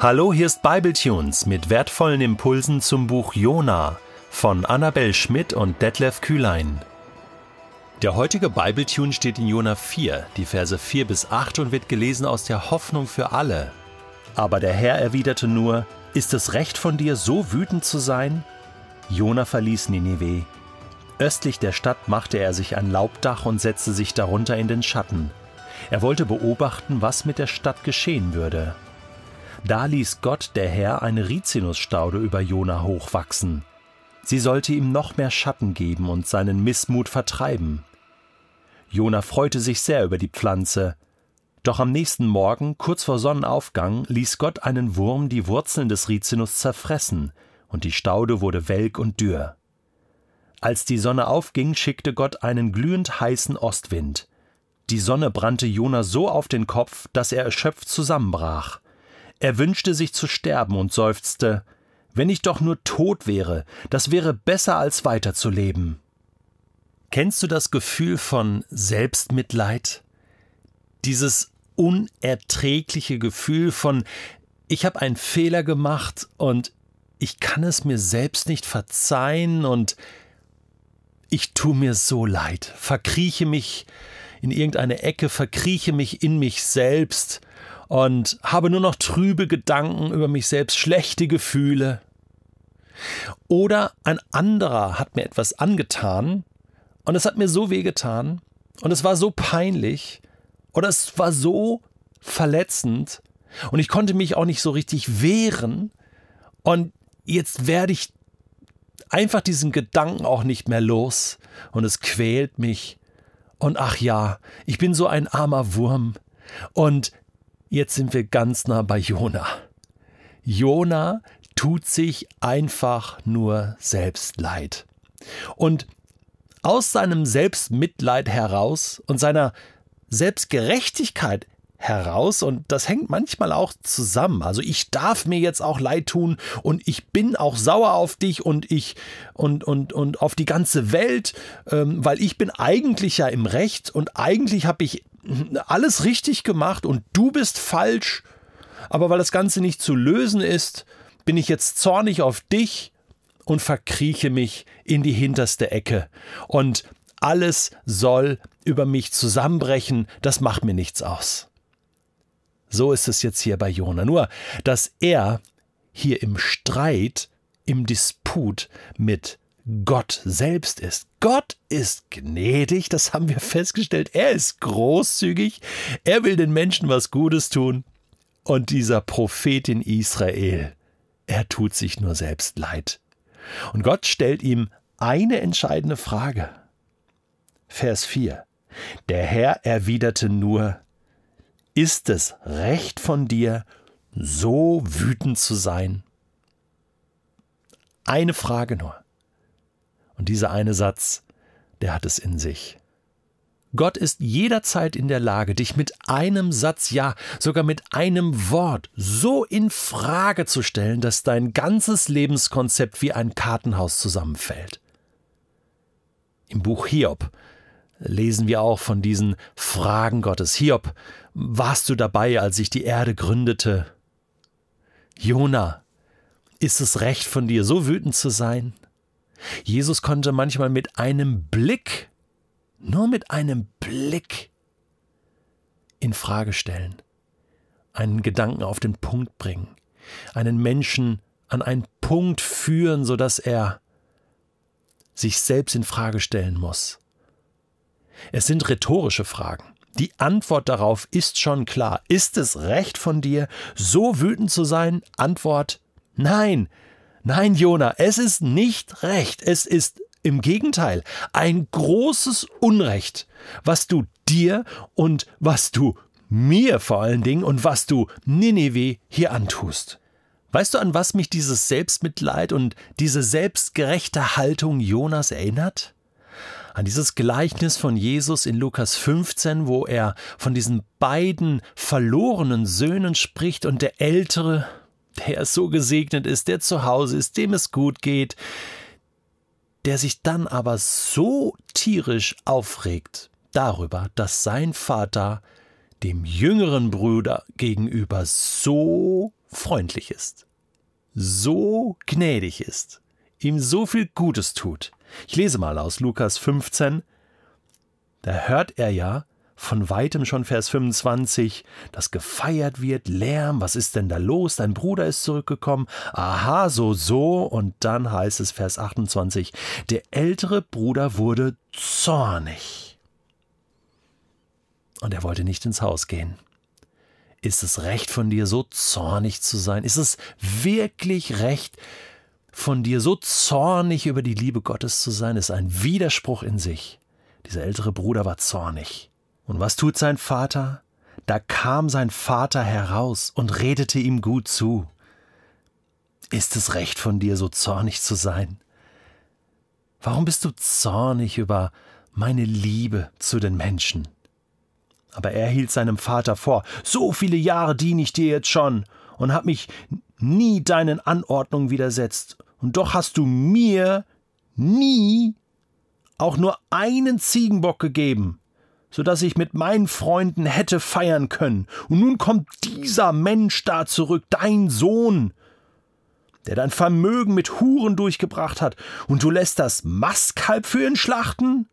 Hallo, hier ist Bibletunes mit wertvollen Impulsen zum Buch Jona von Annabel Schmidt und Detlef Kühlein. Der heutige Bibletune steht in Jona 4, die Verse 4 bis 8 und wird gelesen aus der Hoffnung für alle. Aber der Herr erwiderte nur: Ist es recht von dir, so wütend zu sein? Jona verließ Ninive. Östlich der Stadt machte er sich ein Laubdach und setzte sich darunter in den Schatten. Er wollte beobachten, was mit der Stadt geschehen würde. Da ließ Gott, der Herr, eine Rizinusstaude über Jona hochwachsen. Sie sollte ihm noch mehr Schatten geben und seinen Missmut vertreiben. Jona freute sich sehr über die Pflanze. Doch am nächsten Morgen, kurz vor Sonnenaufgang, ließ Gott einen Wurm die Wurzeln des Rizinus zerfressen, und die Staude wurde welk und dürr. Als die Sonne aufging, schickte Gott einen glühend heißen Ostwind. Die Sonne brannte Jona so auf den Kopf, dass er erschöpft zusammenbrach. Er wünschte sich zu sterben und seufzte: Wenn ich doch nur tot wäre, das wäre besser als weiterzuleben. Kennst du das Gefühl von Selbstmitleid? Dieses unerträgliche Gefühl von: Ich habe einen Fehler gemacht und ich kann es mir selbst nicht verzeihen und ich tue mir so leid, verkrieche mich in irgendeine Ecke, verkrieche mich in mich selbst und habe nur noch trübe Gedanken über mich selbst, schlechte Gefühle. Oder ein anderer hat mir etwas angetan und es hat mir so wehgetan und es war so peinlich oder es war so verletzend und ich konnte mich auch nicht so richtig wehren und jetzt werde ich einfach diesen Gedanken auch nicht mehr los und es quält mich. Und ach ja, ich bin so ein armer Wurm. Und jetzt sind wir ganz nah bei Jona. Jona tut sich einfach nur selbst leid. Und aus seinem Selbstmitleid heraus und seiner Selbstgerechtigkeit heraus, und das hängt manchmal auch zusammen, also ich darf mir jetzt auch leid tun und ich bin auch sauer auf dich und auf die ganze Welt, weil ich bin eigentlich ja im Recht und eigentlich habe ich alles richtig gemacht und du bist falsch, aber weil das Ganze nicht zu lösen ist, bin ich jetzt zornig auf dich und verkrieche mich in die hinterste Ecke und alles soll über mich zusammenbrechen, das macht mir nichts aus. So ist es jetzt hier bei Jona. Nur, dass er hier im Streit, im Disput mit Gott selbst ist. Gott ist gnädig, das haben wir festgestellt. Er ist großzügig. Er will den Menschen was Gutes tun. Und dieser Prophet in Israel, er tut sich nur selbst leid. Und Gott stellt ihm eine entscheidende Frage. Vers 4. Der Herr erwiderte nur: Ist es recht von dir, so wütend zu sein? Eine Frage nur. Und dieser eine Satz, der hat es in sich. Gott ist jederzeit in der Lage, dich mit einem Satz, ja, sogar mit einem Wort so in Frage zu stellen, dass dein ganzes Lebenskonzept wie ein Kartenhaus zusammenfällt. Im Buch Hiob lesen wir auch von diesen Fragen Gottes. Hiob, warst du dabei, als ich die Erde gründete? Jona, ist es recht von dir, so wütend zu sein? Jesus konnte manchmal mit einem Blick, nur mit einem Blick, in Frage stellen, einen Gedanken auf den Punkt bringen, einen Menschen an einen Punkt führen, sodass er sich selbst in Frage stellen muss. Es sind rhetorische Fragen. Die Antwort darauf ist schon klar. Ist es recht von dir, so wütend zu sein? Antwort: Nein. Nein, Jona, es ist nicht recht. Es ist im Gegenteil ein großes Unrecht, was du dir und was du mir vor allen Dingen und was du Ninive hier antust. Weißt du, an was mich dieses Selbstmitleid und diese selbstgerechte Haltung Jonas erinnert? An dieses Gleichnis von Jesus in Lukas 15, wo er von diesen beiden verlorenen Söhnen spricht und der Ältere, der so gesegnet ist, der zu Hause ist, dem es gut geht, der sich dann aber so tierisch aufregt darüber, dass sein Vater dem jüngeren Bruder gegenüber so freundlich ist, so gnädig ist, ihm so viel Gutes tut. Ich lese mal aus Lukas 15, da hört er ja von weitem schon Vers 25, dass gefeiert wird, Lärm, was ist denn da los? Dein Bruder ist zurückgekommen, aha, so, und dann heißt es Vers 28, der ältere Bruder wurde zornig und er wollte nicht ins Haus gehen. Ist es recht von dir, so zornig zu sein? Ist es wirklich recht von dir, so zornig über die Liebe Gottes zu sein? Ist ein Widerspruch in sich. Dieser ältere Bruder war zornig. Und was tut sein Vater? Da kam sein Vater heraus und redete ihm gut zu. Ist es recht von dir, so zornig zu sein? Warum bist du zornig über meine Liebe zu den Menschen? Aber er hielt seinem Vater vor, so viele Jahre diene ich dir jetzt schon und habe mich nie deinen Anordnungen widersetzt. Und doch hast du mir nie auch nur einen Ziegenbock gegeben, sodass ich mit meinen Freunden hätte feiern können. Und nun kommt dieser Mensch da zurück, dein Sohn, der dein Vermögen mit Huren durchgebracht hat, und du lässt das Mastkalb für ihn schlachten?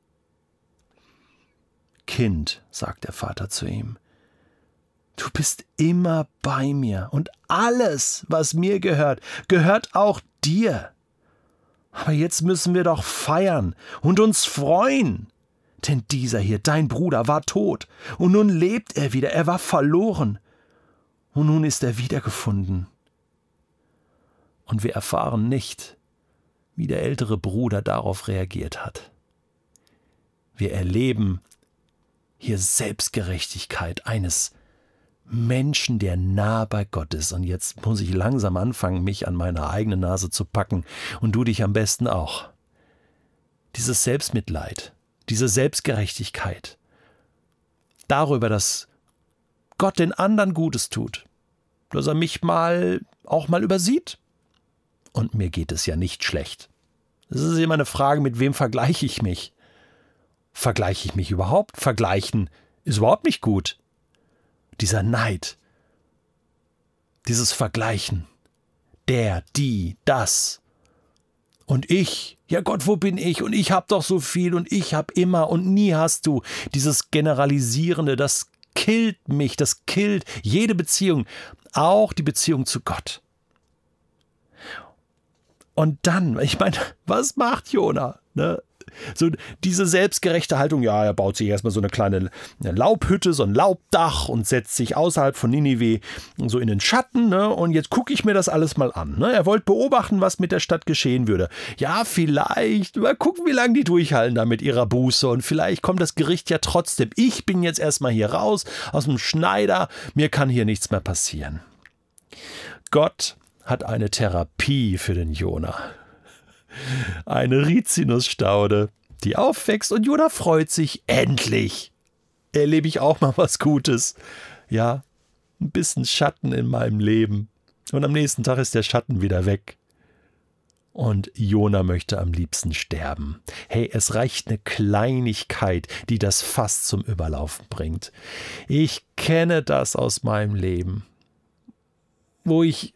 Kind, sagt der Vater zu ihm, du bist immer bei mir und alles, was mir gehört, gehört auch dir. Aber jetzt müssen wir doch feiern und uns freuen. Denn dieser hier, dein Bruder, war tot und nun lebt er wieder, er war verloren und nun ist er wiedergefunden. Und wir erfahren nicht, wie der ältere Bruder darauf reagiert hat. Wir erleben hier Selbstgerechtigkeit eines Menschen, der nah bei Gott ist. Und jetzt muss ich langsam anfangen, mich an meine eigene Nase zu packen und du dich am besten auch. Dieses Selbstmitleid, diese Selbstgerechtigkeit darüber, dass Gott den anderen Gutes tut, dass er mich auch mal übersieht. Und mir geht es ja nicht schlecht. Es ist immer eine Frage, mit wem vergleiche ich mich? Vergleiche ich mich überhaupt? Vergleichen ist überhaupt nicht gut. Dieser Neid, dieses Vergleichen, der, die, das. Und ich, ja Gott, wo bin ich? Und ich habe doch so viel und ich habe immer und nie hast du. Dieses Generalisierende, das killt mich, das killt jede Beziehung, auch die Beziehung zu Gott. Und dann, ich meine, was macht Jona? Ne? So diese selbstgerechte Haltung, ja, er baut sich erstmal so eine kleine Laubhütte, so ein Laubdach und setzt sich außerhalb von Ninive so in den Schatten, ne? Und jetzt gucke ich mir das alles mal an. Ne? Er wollte beobachten, was mit der Stadt geschehen würde. Ja, vielleicht, mal gucken, wie lange die durchhalten da mit ihrer Buße und vielleicht kommt das Gericht ja trotzdem. Ich bin jetzt erstmal hier raus aus dem Schneider, mir kann hier nichts mehr passieren. Gott hat eine Therapie für den Jona. Eine Rizinusstaude, die aufwächst und Jona freut sich, endlich erlebe ich auch mal was Gutes. Ja, ein bisschen Schatten in meinem Leben. Und am nächsten Tag ist der Schatten wieder weg. Und Jona möchte am liebsten sterben. Hey, es reicht eine Kleinigkeit, die das Fass zum Überlaufen bringt. Ich kenne das aus meinem Leben, wo ich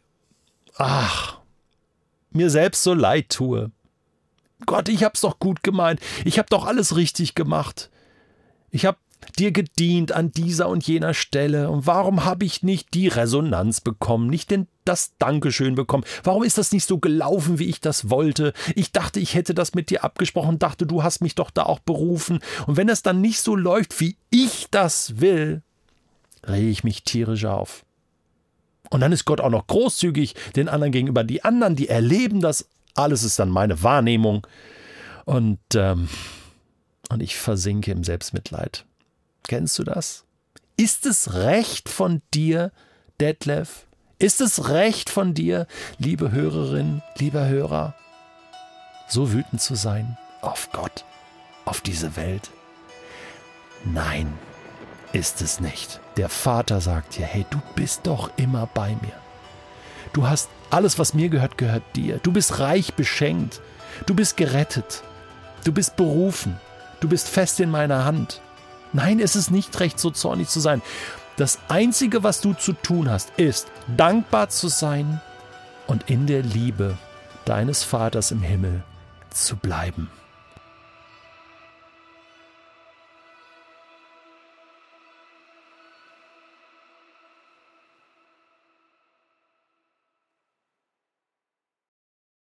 mir selbst so leid tue. Gott, ich hab's doch gut gemeint. Ich hab doch alles richtig gemacht. Ich hab dir gedient an dieser und jener Stelle. Und warum habe ich nicht die Resonanz bekommen, nicht das Dankeschön bekommen? Warum ist das nicht so gelaufen, wie ich das wollte? Ich dachte, ich hätte das mit dir abgesprochen, dachte, du hast mich doch da auch berufen. Und wenn es dann nicht so läuft, wie ich das will, rege ich mich tierisch auf. Und dann ist Gott auch noch großzügig den anderen gegenüber. Die anderen, die erleben das. Alles ist dann meine Wahrnehmung. Und ich versinke im Selbstmitleid. Kennst du das? Ist es recht von dir, Detlef? Ist es recht von dir, liebe Hörerin, lieber Hörer, so wütend zu sein auf Gott, auf diese Welt? Nein. Ist es nicht. Der Vater sagt dir, hey, du bist doch immer bei mir. Du hast alles, was mir gehört, gehört dir. Du bist reich beschenkt. Du bist gerettet. Du bist berufen. Du bist fest in meiner Hand. Nein, es ist nicht recht, so zornig zu sein. Das Einzige, was du zu tun hast, ist, dankbar zu sein und in der Liebe deines Vaters im Himmel zu bleiben.